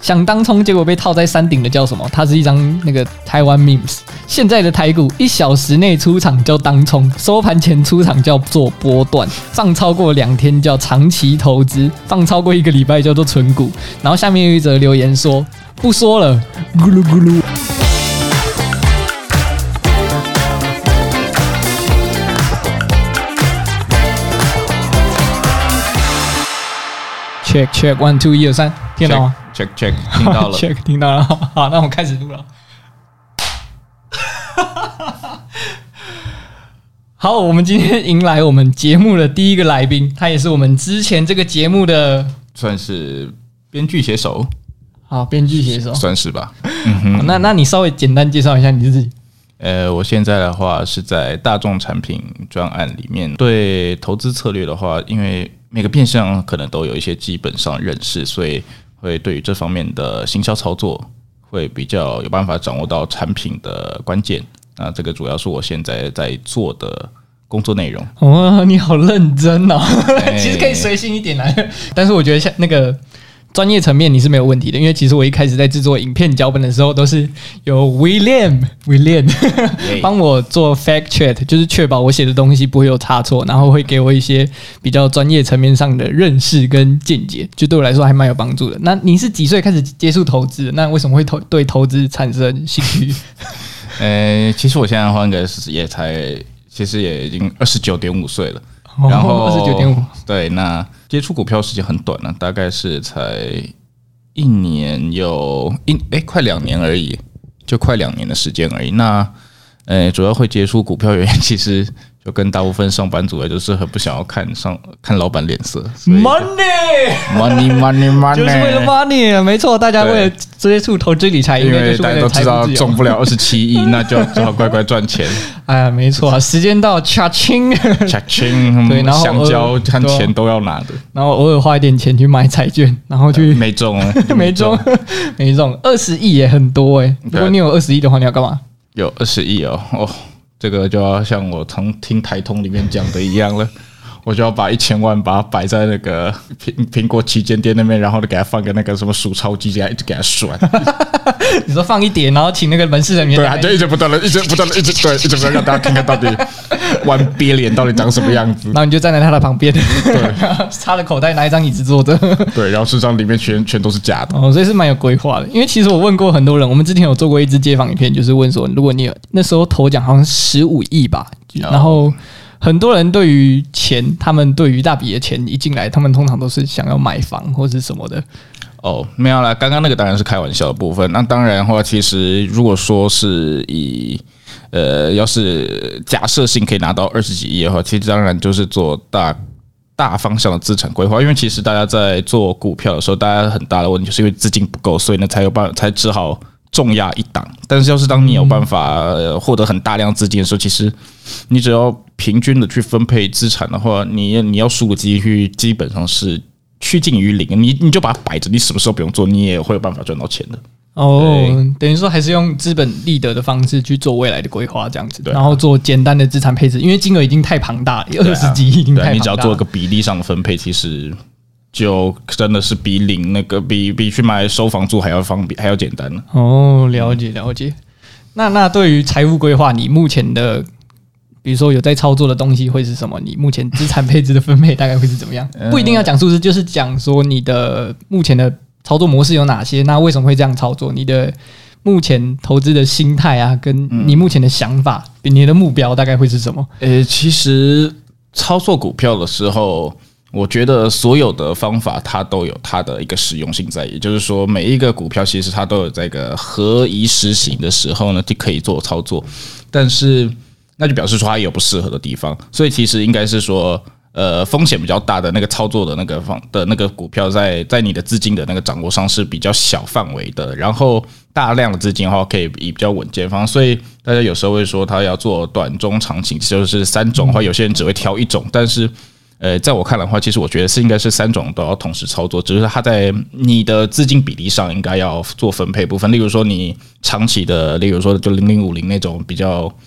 想当冲，结果被套在山顶的叫什么？它是一张那个台湾 memes。现在的台股1小时内出场叫当冲，收盘前出场叫做波段，放超过2天叫长期投资，放超过1个礼拜叫做存股。然后下面有一则留言说：不说了，咕噜咕噜。Check check 1 2 1 2 3，听到吗 ？Check check， 听到了。 check 听到了。好，那我们开始录了。好，我们今天迎来我们节目的第一个来宾，他也是我们之前这个节目的算是编剧写手。 好，编剧写手算是吧。 好，那你稍微简单介绍一下你自己。 我现在的话是在大众产品专案里面，对投资策略的话，因为每个面向可能都有一些基本上认识，所以会对于这方面的行销操作会比较有办法掌握到产品的关键。那这个主要是我现在在做的工作内容。 哦，你好认真哦！其实可以随性一点来，但是我觉得像那个专业层面你是没有问题的，因为其实我一开始在制作影片脚本的时候，都是由 William 帮我做 fact check， 就是确保我写的东西不会有差错，然后会给我一些比较专业层面上的认识跟见解，就对我来说还蛮有帮助的。那你是几岁开始接触投资的？那为什么会对投资产生兴趣？ 其实我现在的话应该是其实也已经29.5岁了。然后 29.5， 对，那接触股票时间很短了，大概是才1年快2年而已，就快2年的时间而已。那主要会接触股票原因，其实就跟大部分上班族的，就是很不想要看老板脸色。money， 就是为了 money， 没错，大家为了接触投资理财， 因为大家都知道中不了27亿，那就只好乖乖赚钱。 哎呀，没错，时间到，cha-ching， 对，然后香蕉和钱都要拿的， 然后偶尔花一点钱去买彩券，然后去没中 ，20亿也很多哎。如果你有20亿的话，你要干嘛？ 有20亿哦，这个就要像我常听台通里面讲的一样了，我就要把1000万把它摆在那个苹果旗舰店那边，然后给它放个那个什么数钞机，一直给它算。 你说放一叠，然后请那个门市人员， 对，他就一直不断的让大家看看到底1 billion 到底长什么样子。 然后你就站在他的旁边，对，插着口袋拿一张椅子坐着， 对，然后事实上里面全都是假的。 所以是蛮有规划的。因为其实我问过很多人，我们之前有做过一支街访影片，就是问说，如果你有那时候头奖好像15亿吧，然后很多人对于钱，他们对于大笔的钱一进来，他们通常都是想要买房或是什么的。 没有啦，刚刚那个当然是开玩笑的部分。那当然的话，其实如果说是以要是假设性可以拿到20几亿的话，其实当然就是做大方向的资产规划。因为其实大家在做股票的时候，大家很大的问题就是因为资金不够，所以呢才只好重压一档。但是要是当你有办法获得很大量资金的时候，其实你只要平均的去分配资产的话，你要输的几率基本上是趋近于0，你就把它摆着，你什么时候不用做，你也会有办法赚到钱的。 等于说还是用资本利得的方式去做未来的规划，这样子，然后做简单的资产配置，因为金额已经太庞大了，20几亿已经太庞大了。 你只要做一个比例上的分配，其实就真的是比去买收房租还要简单了。 了解。那对于财务规划，你目前的，比如说有在操作的东西会是什么？你目前资产配置的分配大概会是怎么样？不一定要讲数字，就是讲说你的目前的操作模式有哪些？那为什么会这样操作？你的目前投资的心态啊，跟你目前的想法，你的目标大概会是什么？ 其实操作股票的时候，我觉得所有的方法它都有它的一个实用性在，也就是说每一个股票其实它都有这个合宜实行的时候呢，就可以做操作，但是那就表示说它有不适合的地方，所以其实应该是说，风险比较大的那个操作的那个股票在你的资金的那个掌握上是比较小范围的，然后大量的资金的话可以以比较稳健方，所以大家有时候会说他要做短中长期，就是3种的话，有些人只会挑1种，但是在我看来的话，其实我觉得应该是3种都要同时操作，只是它在你的资金比例上应该要做分配部分。例如说你长期的，例如说就0050那种比较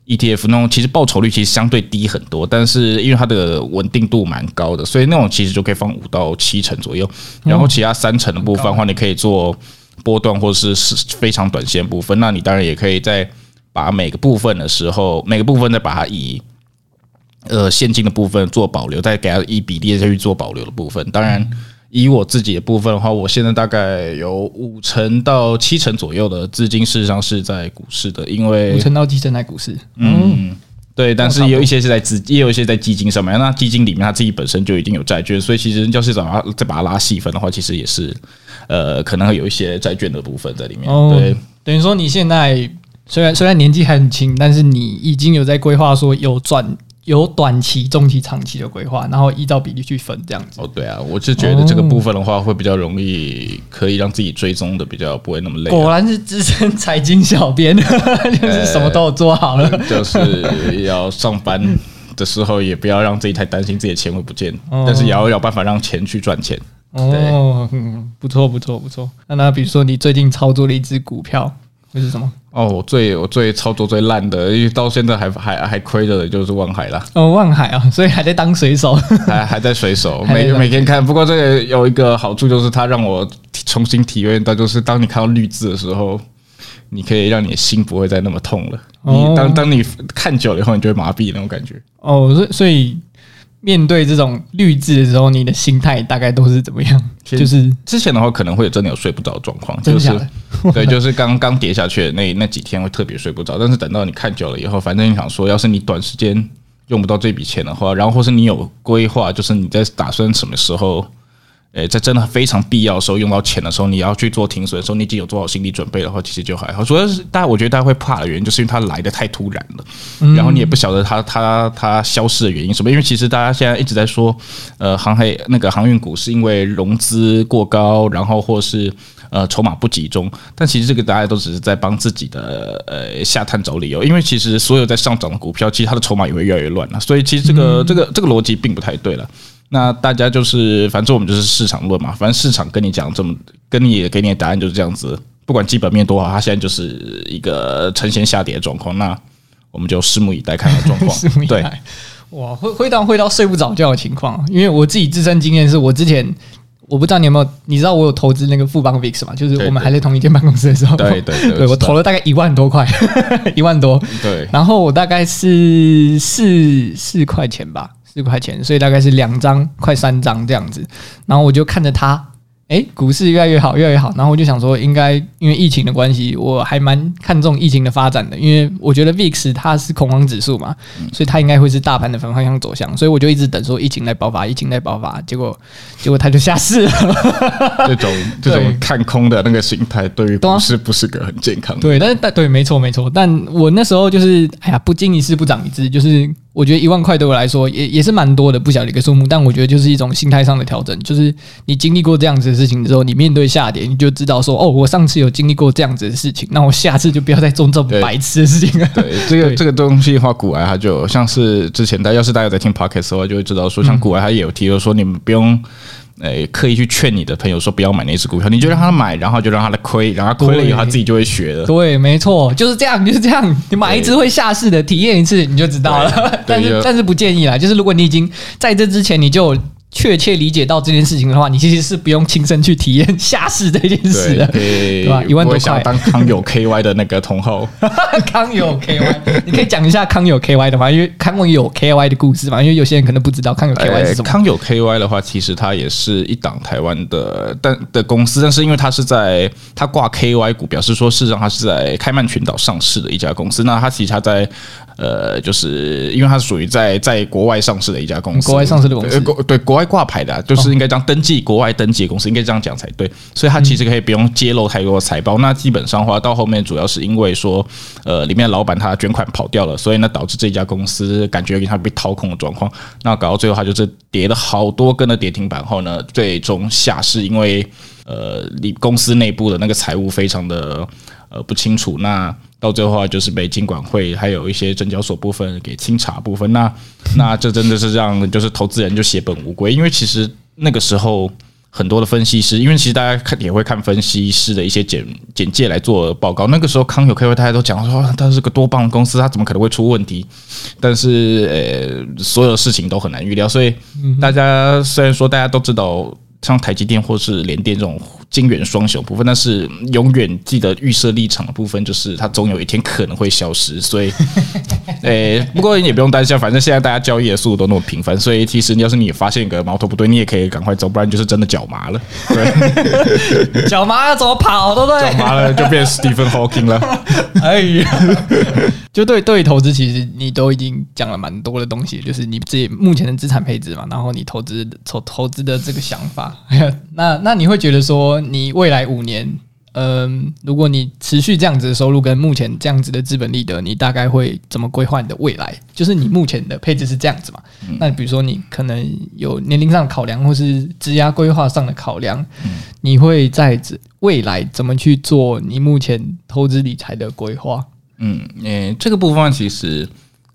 ETF 那种其实报酬率其实相对低很多，但是因为它的稳定度蛮高的，所以那种其实就可以放5到7成左右。然后其他3成的部分的话，你可以做波段或是非常短线部分。那你当然也可以在把每个部分的时候，每个部分再把它以现金的部分做保留，再给它以比例再去做保留的部分。当然，以我自己的部分的话，我现在大概有5成到7成左右的资金，事实上是在股市的，因为 5成到7成在股市。 对，但是有一些是也有一些在基金上面。那基金里面它自己本身就已经有债券，所以其实要是再把它拉细分的话，其实也是可能会有一些债券的部分在里面。对， 等于说你现在虽然年纪还很轻，但是你已经有在规划说有短期、中期、长期的规划，然后依照比例去分这样子。 对啊，我就觉得这个部分的话，会比较容易可以让自己追踪的比较不会那么累。 果然是资深财经小编，就是什么都有做好了。 就是要上班的时候，也不要让自己太担心自己的钱会不见，但是也要有办法让钱去赚钱。 不错。那比如说你最近操作了一只股票，会是什么？ 我最操作最烂的，因为到现在还亏着的就是万海啦。 万海啊，所以还在当水手， 还在水手，每天看。不过这个有一个好处，就是它让我重新体验到，就是当你看到绿字的时候，你可以让你的心不会再那么痛了。当你看久了以后，你就会麻痹那种感觉。 所以面对这种绿字的时候，你的心态大概都是怎么样？就是之前的话，可能会真的有睡不着的状况，对，就是刚跌下去的那几天会特别睡不着。但是等到你看久了以后，反正你想说，要是你短时间用不到这笔钱的话，然后或是你有规划，就是你在打算什么时候，在真的非常必要的时候用到钱的时候，你要去做停损的时候，你已经有做好心理准备的话，其实就还好。主要是我觉得大家会怕的原因，就是因为它来的太突然了，然后你也不晓得它消失的原因什么。因为其实大家现在一直在说，航运股是因为融资过高，然后或是筹码不集中，但其实这个大家都只是在帮自己的下探找理由。因为其实所有在上涨的股票，其实它的筹码也会越来越乱了，所以其实这个逻辑并不太对了。那大家就是反正我们就是市场论嘛，反正市场跟你讲给你的答案就是这样子，不管基本面多好，它现在就是一个呈现下跌的状况，那我们就拭目以待看看状况。对， 哇，会到睡不着觉的情况，因为我自己自身经验是我之前。我不知道你有没有，你知道我有投资那个富邦 VIX 嘛？就是我们还在同一间办公室的时候，对，我投了大概1万多块，1万多，对，然后我大概是4块钱吧，4块钱，所以大概是2张，快3张这样子，然后我就看着它。股市越来越好，越来越好。然后我就想说，应该因为疫情的关系，我还蛮看重疫情的发展的。因为我觉得 VIX 它是恐慌指数嘛，所以它应该会是大盘的反方向走向。所以我就一直等说疫情来爆发，结果它就下市了。 这种看空的那个心态，对于股市不是个很健康的。 对，对，没错。但我那时候就是不经一事不长一智，就是我觉得1万块对我来说也是蛮多的，不小的一个数目。但我觉得就是一种心态上的调整，就是你经历过这样子的事情之后，你面对下跌，你就知道说，我上次有经历过这样子的事情，那我下次就不要再做这么白痴的事情了。 对，这个东西的话，股癌它就像是之前要是大家有在听 podcast 的话，就会知道说，像股癌它也有提到说，你们不用。刻意去劝你的朋友说不要买那只股票，你就让他买，然后就让他亏，然后他亏了以后他自己就会学了。对， 没错，就是这样。你买一只会下市的，体验一次你就知道了。但是不建议啦，就是如果你已经在这之前你就确切理解到这件事情的话，你其实是不用亲身去体验下市这件事的，对吧？1万多块。我想当康友 KY 的那个同号， 康友 KY， 你可以讲一下康友 KY 的吗？因为康友 KY 的故事嘛，因为有些人可能不知道康友 KY 是什么。 康友 KY 的话，其实它也是一档台湾的公司，但是因为它挂 KY 股，表示说事实上它是在开曼群岛上市的一家公司。那它其实它在就是因为它是属于在国外上市的一家公司， 国外上市的公司， 对，国外挂牌的，就是应该这样登记，国外登记的公司应该这样讲才对。所以它其实可以不用揭露太多的财报。那基本上的话，到后面主要是因为说，里面的老板他捐款跑掉了，所以呢导致这家公司感觉他被掏空的状况。那搞到最后，他就是跌了好多根的跌停板后呢，最终下市，因为公司内部的那个财务非常的不清楚。那到最后的话，就是被金管会还有一些证交所部分给清查部分。那这真的是让就是投资人就血本无归，因为其实那个时候很多的分析师，因为其实大家也会看分析师的一些简介来做报告。那个时候康友 KY 大家都讲说，他是个多棒的公司，他怎么可能会出问题？但是所有事情都很难预料，所以大家虽然说大家都知道，像台积电或是联电这种晶圆双雄部分，但是永远记得预设立场的部分，就是它总有一天可能会消失。所以，不过也不用担心，反正现在大家交易的速度都那么频繁，所以其实要是你发现一个矛头不对，你也可以赶快走，不然就是真的脚麻了。对， 脚麻了怎么跑，对不对？ 脚麻了就变 Stephen Hawking 了。 哎呀，就对投资，其实你都已经讲了蛮多的东西，就是你自己目前的资产配置嘛，然后你投资的这个想法。那你会觉得说，你未来5年，如果你持续这样子的收入跟目前这样子的资本利得，你大概会怎么规划你的未来？就是你目前的配置是这样子嘛？那比如说你可能有年龄上的考量，或是职涯规划上的考量，你会在未来怎么去做你目前投资理财的规划？ 这个部分其实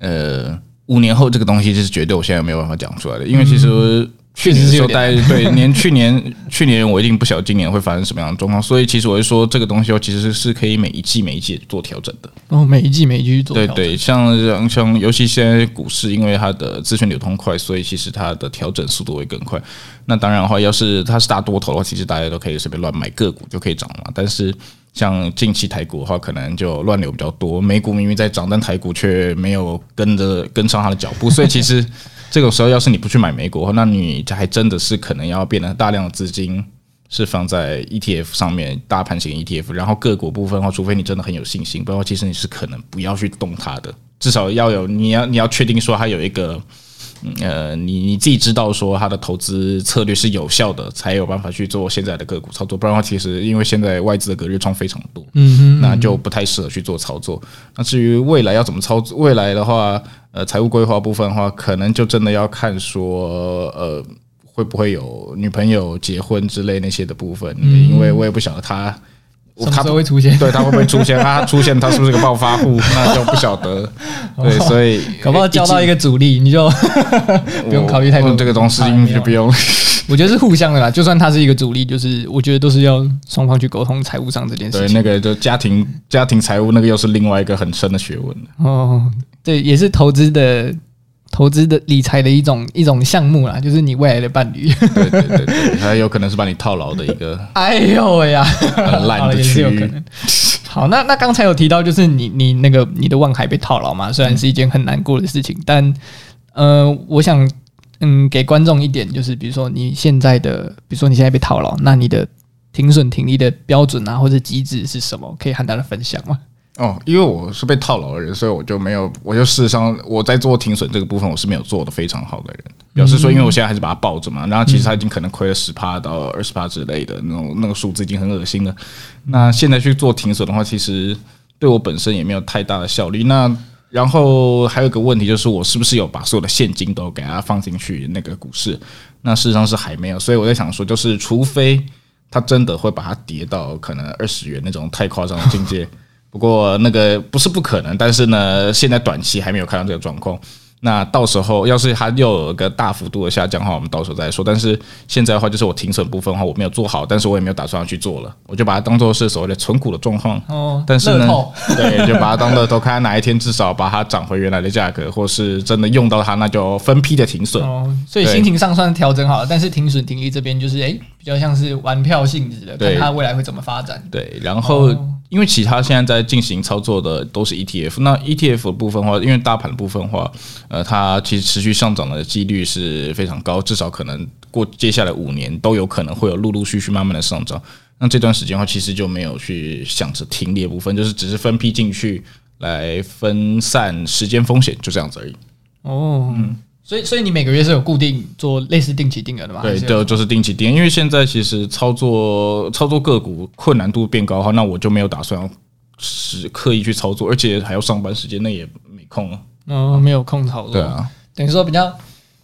5年后这个东西是绝对我现在没有办法讲出来的，因为其实确实是有点对去年我一定不晓得今年会发生什么样的状况，所以其实我会说这个东西其实是可以每一季做调整的。 每一季去做调整。 对，像尤其现在股市，因为它的资讯流通快，所以其实它的调整速度会更快。那当然的话，要是它是大多头的话，其实大家都可以随便乱买个股就可以涨嘛。但是像近期台股的话，可能就乱流比较多，美股明明在涨，但台股却没有跟上它的脚步，所以其实这个时候要是你不去买美股的话，那你还真的是可能要变得大量的资金是放在 ETF 上面，大盘型 ETF， 然后个股部分的话，除非你真的很有信心，不然的话，其实你是可能不要去动它的，至少要有你要确定说它有一个。你自己知道说它的投资策略是有效的，才有办法去做现在的个股操作。不然的话，其实因为现在外资的隔日冲非常多，那就不太适合去做操作。那至于未来要怎么操作，未来的话，财务规划部分的话，可能就真的要看说，会不会有女朋友结婚之类那些的部分，因为我也不晓得他。 什么时候会出现？ 对，他会不会出现？他出现，他是不是个暴发户？那就不晓得。对，所以搞不好交到一个主力，你就不用考虑太多。 这个东西就不用。 我觉得是互相的啦，就算他是一个主力，就是我觉得都是要双方去沟通财务上这件事情。 对，那个就家庭财务那个又是另外一个很深的学问。 对，也是投资的理财的一种项目啦，就是你未来的伴侣。 对，还有可能是把你套牢的一个。 哎呦喂呀， 很烂的区域。 好，那刚才有提到，就是你的万海被套牢嘛，虽然是一件很难过的事情，但我想给观众一点，就是比如说你现在被套牢，那你的停损停利的标准啊，或者机制是什么？可以和大家分享吗？ 因为我是被套牢的人，所以我就事实上我在做停损这个部分，我是没有做的非常好的人。表示说，因为我现在还是把它抱着嘛，然后其实它已经可能亏了10%到20%之类的那个数字已经很恶心了。那现在去做停损的话，其实对我本身也没有太大的效率。那然后还有一个问题就是，我是不是有把所有的现金都给它放进去那个股市？那事实上是还没有，所以我在想说，就是除非它真的会把它跌到可能20元那种太夸张的境界。不过那个不是不可能，但是呢，现在短期还没有看到这个状况。那到时候要是它又有一个大幅度的下降的话，我们到时候再说。但是现在的话，就是我停损部分的话，我没有做好，但是我也没有打算要去做了，我就把它当做是所谓的存股的状况。但是呢，对，就把它当乐透，看哪一天至少把它涨回原来的价格，或是真的用到它，那就分批的停损。 所以心情上算调整好了，但是停损停利这边就是比较像是玩票性质的，看它未来会怎么发展。 对，然后。因为其他现在在进行操作的都是 ETF， 那 ETF 的部分的话，因为大盘的部分的话，它其实持续上涨的几率是非常高，至少可能过接下来5年都有可能会有陆续慢慢的上涨。那这段时间的话，其实就没有去想着停利的部分，就是只是分批进去来分散时间风险，就这样子而已。 所以你每个月是有固定做类似定期定额的吗？ 对，就是定期定额。因为现在其实操作个股困难度变高的话，那我就没有打算要刻意去操作，而且还要上班时间，那也没空了。 没有空操作。 对啊， 等于说比较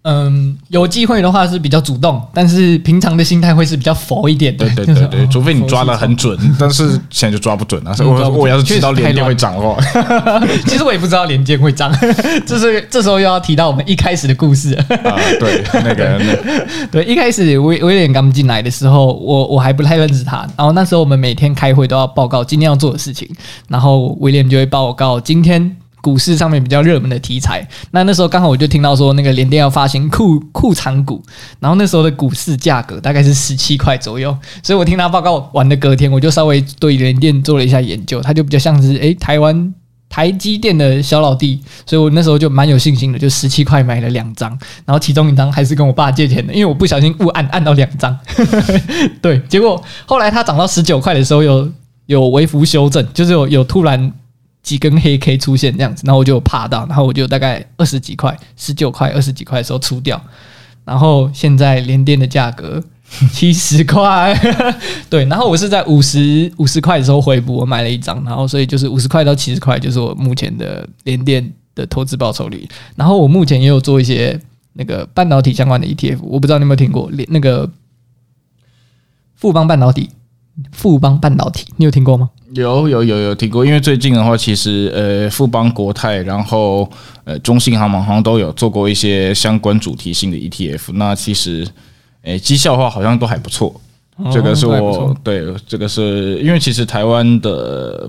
有机会的话是比较主动，但是平常的心态会是比较佛一点的。 对，除非你抓得很准，但是现在就抓不准啊。我要是知道联电会涨的话， 其实我也不知道联电会涨。这时候又要提到我们一开始的故事啊。 对， 对，一开始威廉刚进来的时候，我还不太认识他。然后那时候我们每天开会都要报告今天要做的事情，然后威廉就会报告今天股市上面比较热门的题材。那时候刚好我就听到说那个联电要发行库藏股，然后那时候的股市价格大概是17块左右，所以我听他报告完的隔天，我就稍微对联电做了一下研究，它就比较像是台积电的小老弟，所以我那时候就蛮有信心的，就17块买了2张，然后其中1张还是跟我爸借钱的，因为我不小心误按到2张，对，结果后来它涨到19块的时候有微幅修正，就是有突然几根黑 K 出现这样子，然后我就有怕到，然后我就大概20几块、19块、20几块的时候出掉，然后现在联电的价格70块，对，然后我是在50块的时候回补，我买了1张，然后所以就是50块到70块就是我目前的联电的投资报酬率，然后我目前也有做一些那个半导体相关的 ETF， 我不知道你有没有听过那个富邦半导体，你有听过吗？ 有听过，因为最近的话，其实富邦、国泰，然后中信、航航都有做过一些相关主题性的 ETF， 那其实绩效的话好像都还不错。这个是对，这个是因为其实台湾的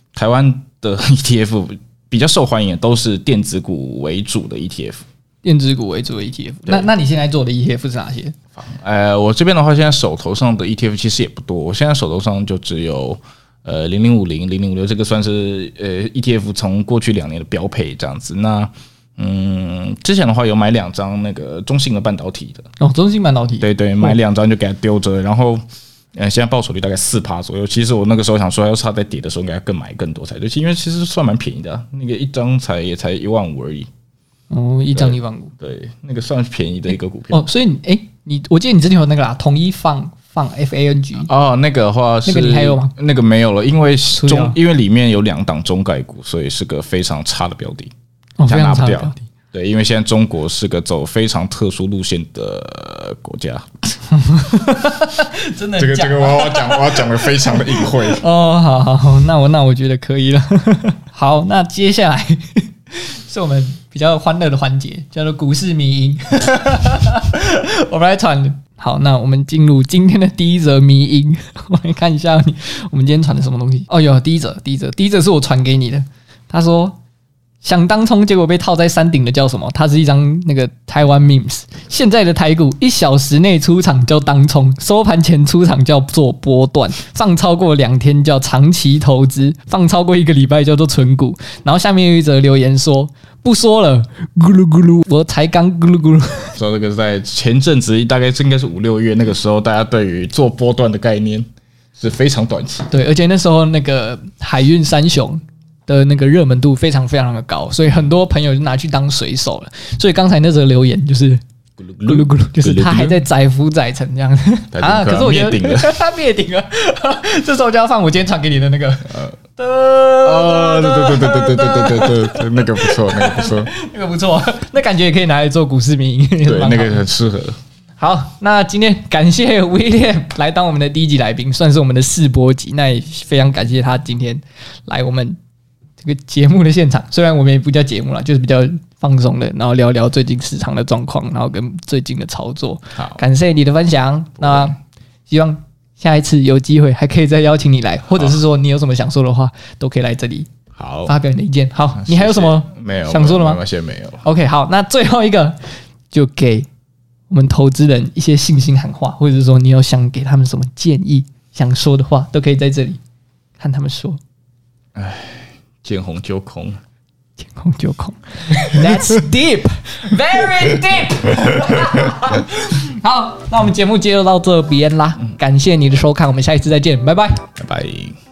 ETF 比较受欢迎的都是电子股为主的 ETF。 电子股为主的 ETF， 那你现在做的 ETF 是哪些？ 我这边的话，现在手头上的 ETF 其实也不多，我现在手头上就只有0050、0056，这个算是ETF 从过去2年的标配这样子。那之前的话有买2张那个中信的半导体的中信半导体， 对，买2张就给它丢着，然后现在报酬率大概4%左右。其实我那个时候想说，要是它在跌的时候，应该更买更多才对，因为其实算蛮便宜的那个1张也才15000而已。 1张15000， 对，那个算便宜的一个股票。 所以我记得你之前有那个啦，统一放 FANG 那个的话是那个你还有吗？ 那个没有了，因为里面有2档中概股，所以是个非常差的标的， 非常差的标的。 对，因为现在中国是个走非常特殊路线的国家。 真的这个我要讲的非常的隐晦。 好，那我觉得可以了。好，那接下来是我们比较欢乐的环节，叫做股市迷因。我们来传。好，那我们进入今天的第一则迷因。我来看一下我们今天传的什么东西。有第一则是我传给你的。他说想当冲，结果被套在山顶的叫什么？它是一张那个台湾 memes。现在的台股1小时内出场叫当冲，收盘前出场叫做波段，放超过2天叫长期投资，放超过1个礼拜叫做存股。然后下面有一则留言说：“不说了，咕噜咕噜，我才刚咕噜咕噜。” 说这个在前阵子大概应该是5、6月那个时候，大家对于做波段的概念是非常短期。 对，而且那时候那个海运三雄的那个热门度非常非常的高，所以很多朋友就拿去当水手了。所以刚才那则留言就是咕噜咕噜，就是他还在载浮载沉这样子啊。可是我觉得他灭顶了，这时候就要放我今天传给你的那个对，那个不错， 那个不错，那感觉也可以拿来做股市迷因， 对，那个很适合。 好，那今天感谢 William 来当我们的第1集来宾，算是我们的试播集。那也非常感谢他今天来我们这个节目的现场，虽然我们也不叫节目啦，就是比较放松的，然后聊聊最近市场的状况，然后跟最近的操作。好，感谢你的分享。那希望下一次有机会还可以再邀请你来，或者是说你有什么想说的话，都可以来这里好发表你的意见。好，你还有什么想说的吗？ 现在没有。 OK， 好，那最后一个就给我们投资人一些信心喊话，或者是说你有想给他们什么建议、想说的话，都可以在这里看他们说。 见红就空， 见空就空。That's deep, very deep 。好，那我们节目接就到这边啦，感谢你的收看，我们下一次再见，拜拜， 拜拜。